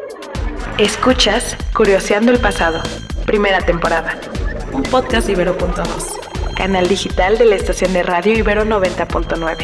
Escuchas Curioseando el Pasado, primera temporada. Un podcast de Ibero.2, canal digital de la estación de radio Ibero 90.9.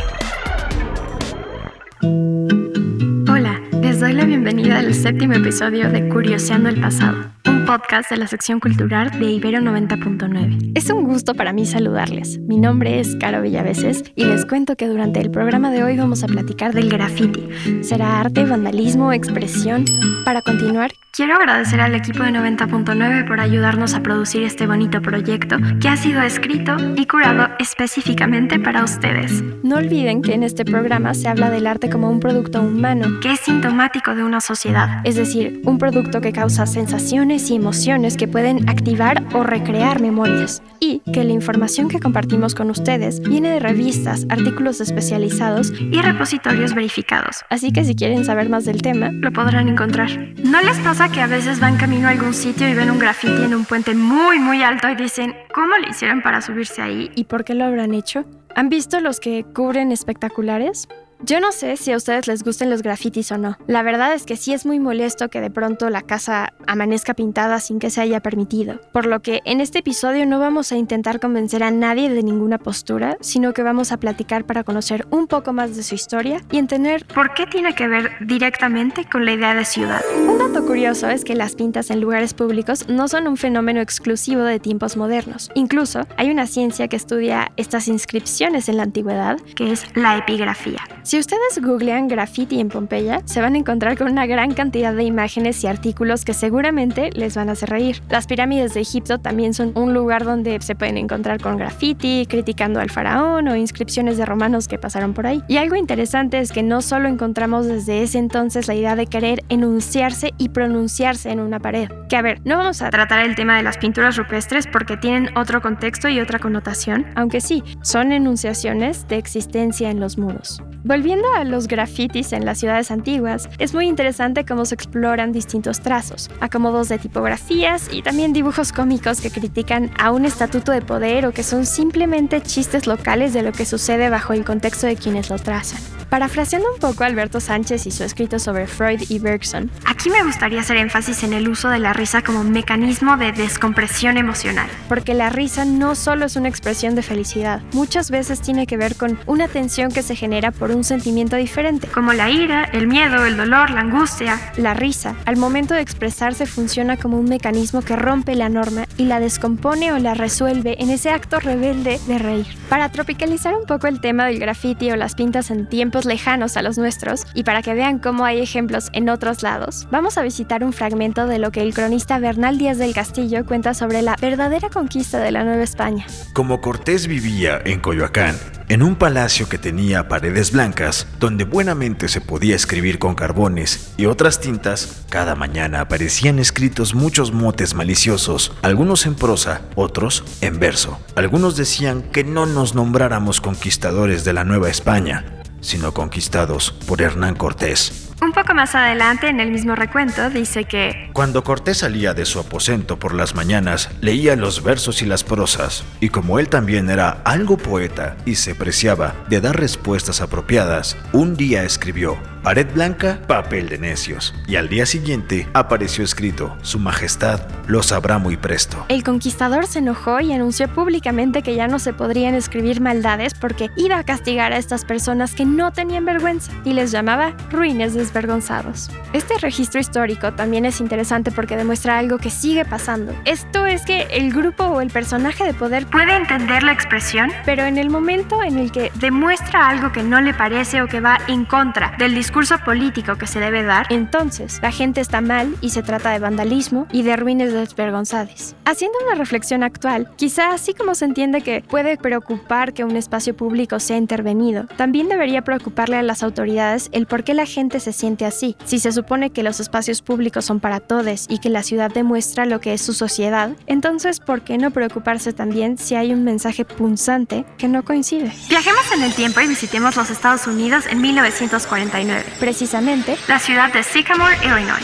Hola, les doy la bienvenida al 7º episodio de Curioseando el Pasado, un podcast de la sección cultural de Ibero 90.9. Es un gusto para mí saludarles. Mi nombre es Caro Villaveses y les cuento que durante el programa de hoy vamos a platicar del graffiti. ¿Será arte, vandalismo, expresión? Para continuar, quiero agradecer al equipo de 90.9 por ayudarnos a producir este bonito proyecto que ha sido escrito y curado específicamente para ustedes. No olviden que en este programa se habla del arte como un producto humano que es sintomático de una sociedad, es decir, un producto que causa sensaciones y emociones que pueden activar o recrear memorias, y que la información que compartimos con ustedes viene de revistas, artículos especializados y repositorios verificados. Así que si quieren saber más del tema, lo podrán encontrar. ¿No les pasa que a veces van camino a algún sitio y ven un graffiti en un puente muy alto y dicen, ¿cómo le hicieron para subirse ahí? ¿Y por qué lo habrán hecho? ¿Han visto los que cubren espectaculares? Yo no sé si a ustedes les gusten los grafitis o no. La verdad es que sí es muy molesto que de pronto la casa amanezca pintada sin que se haya permitido. Por lo que en este episodio no vamos a intentar convencer a nadie de ninguna postura, sino que vamos a platicar para conocer un poco más de su historia y entender por qué tiene que ver directamente con la idea de ciudad. Un dato curioso es que las pintas en lugares públicos no son un fenómeno exclusivo de tiempos modernos. Incluso hay una ciencia que estudia estas inscripciones en la antigüedad, que es la epigrafía. Si ustedes googlean graffiti en Pompeya, se van a encontrar con una gran cantidad de imágenes y artículos que seguramente les van a hacer reír. Las pirámides de Egipto también son un lugar donde se pueden encontrar con graffiti, criticando al faraón o inscripciones de romanos que pasaron por ahí. Y algo interesante es que no solo encontramos desde ese entonces la idea de querer enunciarse y pronunciarse en una pared. Que a ver, no vamos a tratar el tema de las pinturas rupestres porque tienen otro contexto y otra connotación, aunque sí, son enunciaciones de existencia en los muros. Volviendo a los grafitis en las ciudades antiguas, es muy interesante cómo se exploran distintos trazos, acomodos de tipografías y también dibujos cómicos que critican a un estatuto de poder o que son simplemente chistes locales de lo que sucede bajo el contexto de quienes lo trazan. Parafraseando un poco a Alberto Sánchez y su escrito sobre Freud y Bergson, aquí me gustaría hacer énfasis en el uso de la risa como mecanismo de descompresión emocional, porque la risa no solo es una expresión de felicidad, muchas veces tiene que ver con una tensión que se genera por un sentimiento diferente, como la ira, el miedo, el dolor, la angustia. La risa, al momento de expresarse, funciona como un mecanismo que rompe la norma y la descompone o la resuelve en ese acto rebelde de reír. Para tropicalizar un poco el tema del graffiti o las pintas en tiempos lejanos a los nuestros, y para que vean cómo hay ejemplos en otros lados, vamos a visitar un fragmento de lo que el cronista Bernal Díaz del Castillo cuenta sobre la verdadera conquista de la Nueva España. Como Cortés vivía en Coyoacán, en un palacio que tenía paredes blancas, donde buenamente se podía escribir con carbones y otras tintas, cada mañana aparecían escritos muchos motes maliciosos, algunos en prosa, otros en verso. Algunos decían que no nos nombráramos conquistadores de la Nueva España, sino conquistados por Hernán Cortés. Un poco más adelante, en el mismo recuento, dice que cuando Cortés salía de su aposento por las mañanas, leía los versos y las prosas, y como él también era algo poeta y se preciaba de dar respuestas apropiadas, un día escribió: pared blanca, papel de necios, y al día siguiente apareció escrito: Su Majestad lo sabrá muy presto. El conquistador se enojó y anunció públicamente que ya no se podrían escribir maldades porque iba a castigar a estas personas que no tenían vergüenza, y les llamaba ruines desvergonzados. Este registro histórico también es interesante porque demuestra algo que sigue pasando. Esto es que el grupo o el personaje de poder puede entender la expresión, pero en el momento en el que demuestra algo que no le parece o que va en contra del discurso político que se debe dar, entonces la gente está mal y se trata de vandalismo y de ruines desvergonzades. Haciendo una reflexión actual, quizá así como se entiende que puede preocupar que un espacio público sea intervenido, también debería preocuparle a las autoridades el por qué la gente se siente así. Si se supone que los espacios públicos son para todos y que la ciudad demuestra lo que es su sociedad, entonces ¿por qué no preocuparse también si hay un mensaje punzante que no coincide? Viajemos en el tiempo y visitemos los Estados Unidos en 1949. Precisamente, la ciudad de Sycamore, Illinois.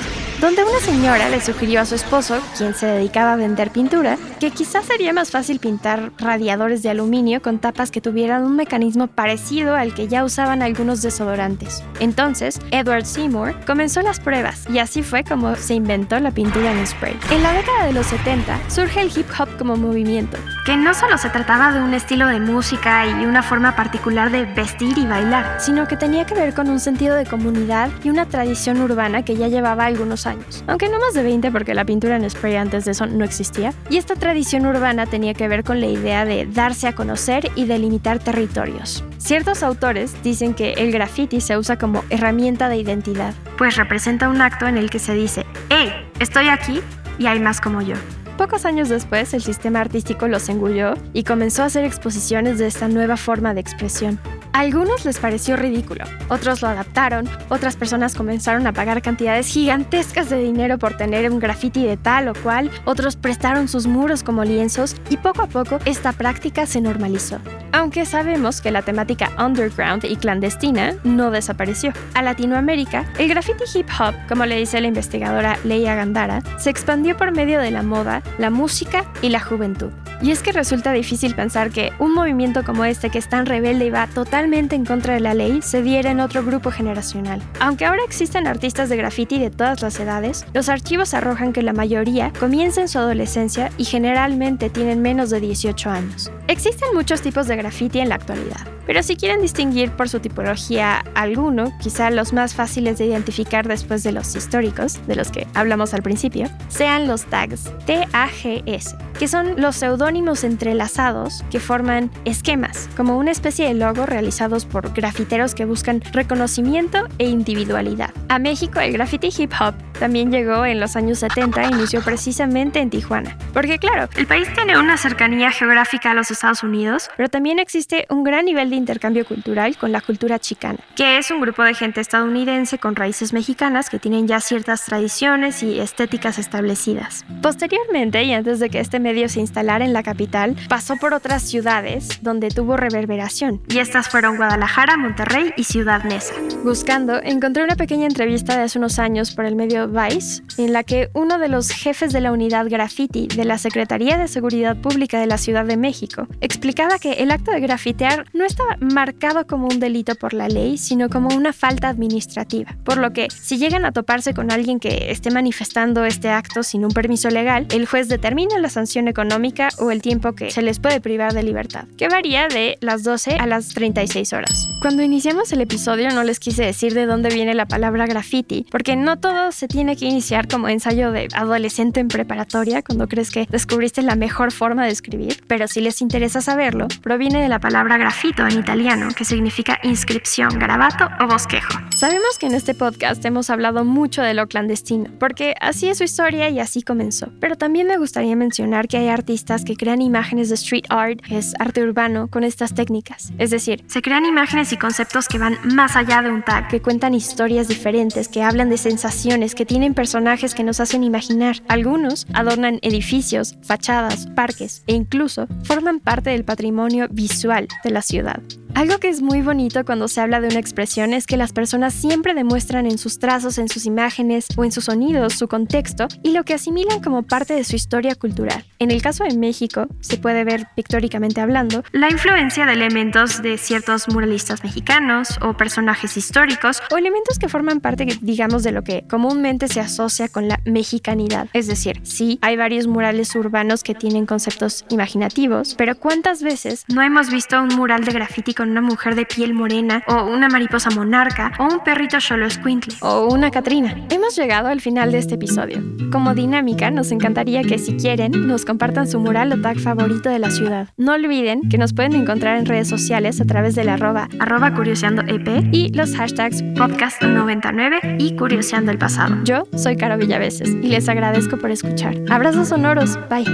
donde una señora le sugirió a su esposo, quien se dedicaba a vender pintura, que quizás sería más fácil pintar radiadores de aluminio con tapas que tuvieran un mecanismo parecido al que ya usaban algunos desodorantes. Entonces, Edward Seymour comenzó las pruebas y así fue como se inventó la pintura en spray. En la década de los 70 surge el hip hop como movimiento, que no solo se trataba de un estilo de música y una forma particular de vestir y bailar, sino que tenía que ver con un sentido de comunidad y una tradición urbana que ya llevaba algunos años, aunque no más de 20 porque la pintura en spray antes de eso no existía, y esta tradición urbana tenía que ver con la idea de darse a conocer y delimitar territorios. Ciertos autores dicen que el graffiti se usa como herramienta de identidad, pues representa un acto en el que se dice «Hey, estoy aquí y hay más como yo». Pocos años después, el sistema artístico los engulló y comenzó a hacer exposiciones de esta nueva forma de expresión. A algunos les pareció ridículo, otros lo adaptaron, otras personas comenzaron a pagar cantidades gigantescas de dinero por tener un graffiti de tal o cual, otros prestaron sus muros como lienzos y poco a poco esta práctica se normalizó. Aunque sabemos que la temática underground y clandestina no desapareció. A Latinoamérica, el graffiti hip hop, como le dice la investigadora Leia Gandara, se expandió por medio de la moda, la música y la juventud. Y es que resulta difícil pensar que un movimiento como este, que es tan rebelde y va totalmente en contra de la ley, se diera en otro grupo generacional. Aunque ahora existen artistas de graffiti de todas las edades, los archivos arrojan que la mayoría comienza en su adolescencia y generalmente tienen menos de 18 años. Existen muchos tipos de graffiti en la actualidad, pero si quieren distinguir por su tipología alguno, quizá los más fáciles de identificar después de los históricos, de los que hablamos al principio, sean los tags, TAGS, que son los seudónimos entrelazados que forman esquemas, como una especie de logo realizados por grafiteros que buscan reconocimiento e individualidad. A México, el graffiti hip hop también llegó en los años 70 e inició precisamente en Tijuana. Porque claro, el país tiene una cercanía geográfica a los Estados Unidos, pero también existe un gran nivel de intercambio cultural con la cultura chicana, que es un grupo de gente estadounidense con raíces mexicanas que tienen ya ciertas tradiciones y estéticas establecidas. Posteriormente, y antes de que este medio se instalara en la capital, pasó por otras ciudades donde tuvo reverberación, y estas fueron Guadalajara, Monterrey y Ciudad Neza. Buscando, encontré una pequeña entrevista de hace unos años por el medio Vice, en la que uno de los jefes de la unidad graffiti de la Secretaría de Seguridad Pública de la Ciudad de México explicaba que el acto de grafitear no estaba marcado como un delito por la ley, sino como una falta administrativa, por lo que si llegan a toparse con alguien que esté manifestando este acto sin un permiso legal, el juez determina la sanción económica o el tiempo que se les puede privar de libertad, que varía de las 12 a las 36 horas. Cuando iniciamos el episodio no les quise decir de dónde viene la palabra graffiti, porque no todo se tiene que iniciar como ensayo de adolescente en preparatoria cuando crees que descubriste la mejor forma de escribir, pero si les interesa saberlo, proviene de la palabra graffito en italiano, que significa inscripción, garabato o bosquejo. Sabemos que en este podcast hemos hablado mucho de lo clandestino, porque así es su historia y así comenzó, pero también me gustaría mencionar que hay artistas que crean imágenes de street art, que es arte urbano, con estas técnicas. Es decir, se crean imágenes y conceptos que van más allá de un tag, que cuentan historias diferentes, que hablan de sensaciones, que tienen personajes que nos hacen imaginar. Algunos adornan edificios, fachadas, parques e incluso forman parte del patrimonio visual de la ciudad. Algo que es muy bonito cuando se habla de una expresión es que las personas siempre demuestran en sus trazos, en sus imágenes o en sus sonidos su contexto y lo que asimilan como parte de su historia cultural. En el caso de México, se puede ver pictóricamente hablando la influencia de elementos de ciertos muralistas mexicanos o personajes históricos o elementos que forman parte, digamos, de lo que comúnmente se asocia con la mexicanidad. Es decir, sí, hay varios murales urbanos que tienen conceptos imaginativos, pero ¿cuántas veces no hemos visto un mural de graffiti con una mujer de piel morena, o una mariposa monarca, o un perrito xoloescuintle, o una Catrina? Hemos llegado al final de este episodio. Como dinámica, nos encantaría que si quieren, nos compartan su mural o tag favorito de la ciudad. No olviden que nos pueden encontrar en redes sociales a través del arroba curioseandoep y los hashtags podcast99 y curioseando el pasado. Yo soy Caro Villaveses y les agradezco por escuchar. Abrazos sonoros. Bye.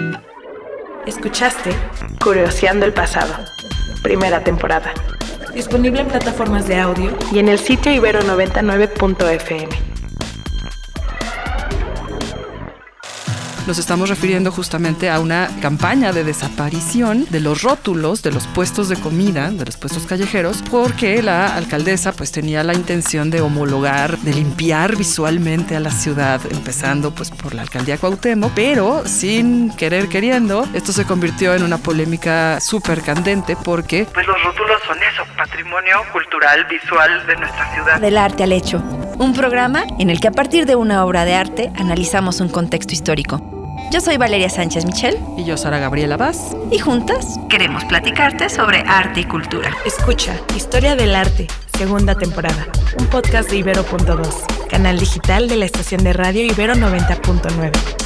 Escuchaste Curioseando el Pasado, primera temporada. Disponible en plataformas de audio y en el sitio ibero99.fm. nos estamos refiriendo justamente a una campaña de desaparición de los rótulos de los puestos de comida, de los puestos callejeros, porque la alcaldesa pues tenía la intención de homologar, de limpiar visualmente a la ciudad, empezando pues por la alcaldía Cuauhtémoc, pero sin querer queriendo, esto se convirtió en una polémica súper candente porque pues los rótulos son eso, patrimonio cultural, visual de nuestra ciudad. Del arte al hecho, un programa en el que a partir de una obra de arte analizamos un contexto histórico. Yo soy Valeria Sánchez Michel. Y yo, Sara Gabriela Vaz. Y juntas queremos platicarte sobre arte y cultura. Escucha Historia del Arte, segunda temporada. Un podcast de Ibero.2, canal digital de la estación de radio Ibero 90.9.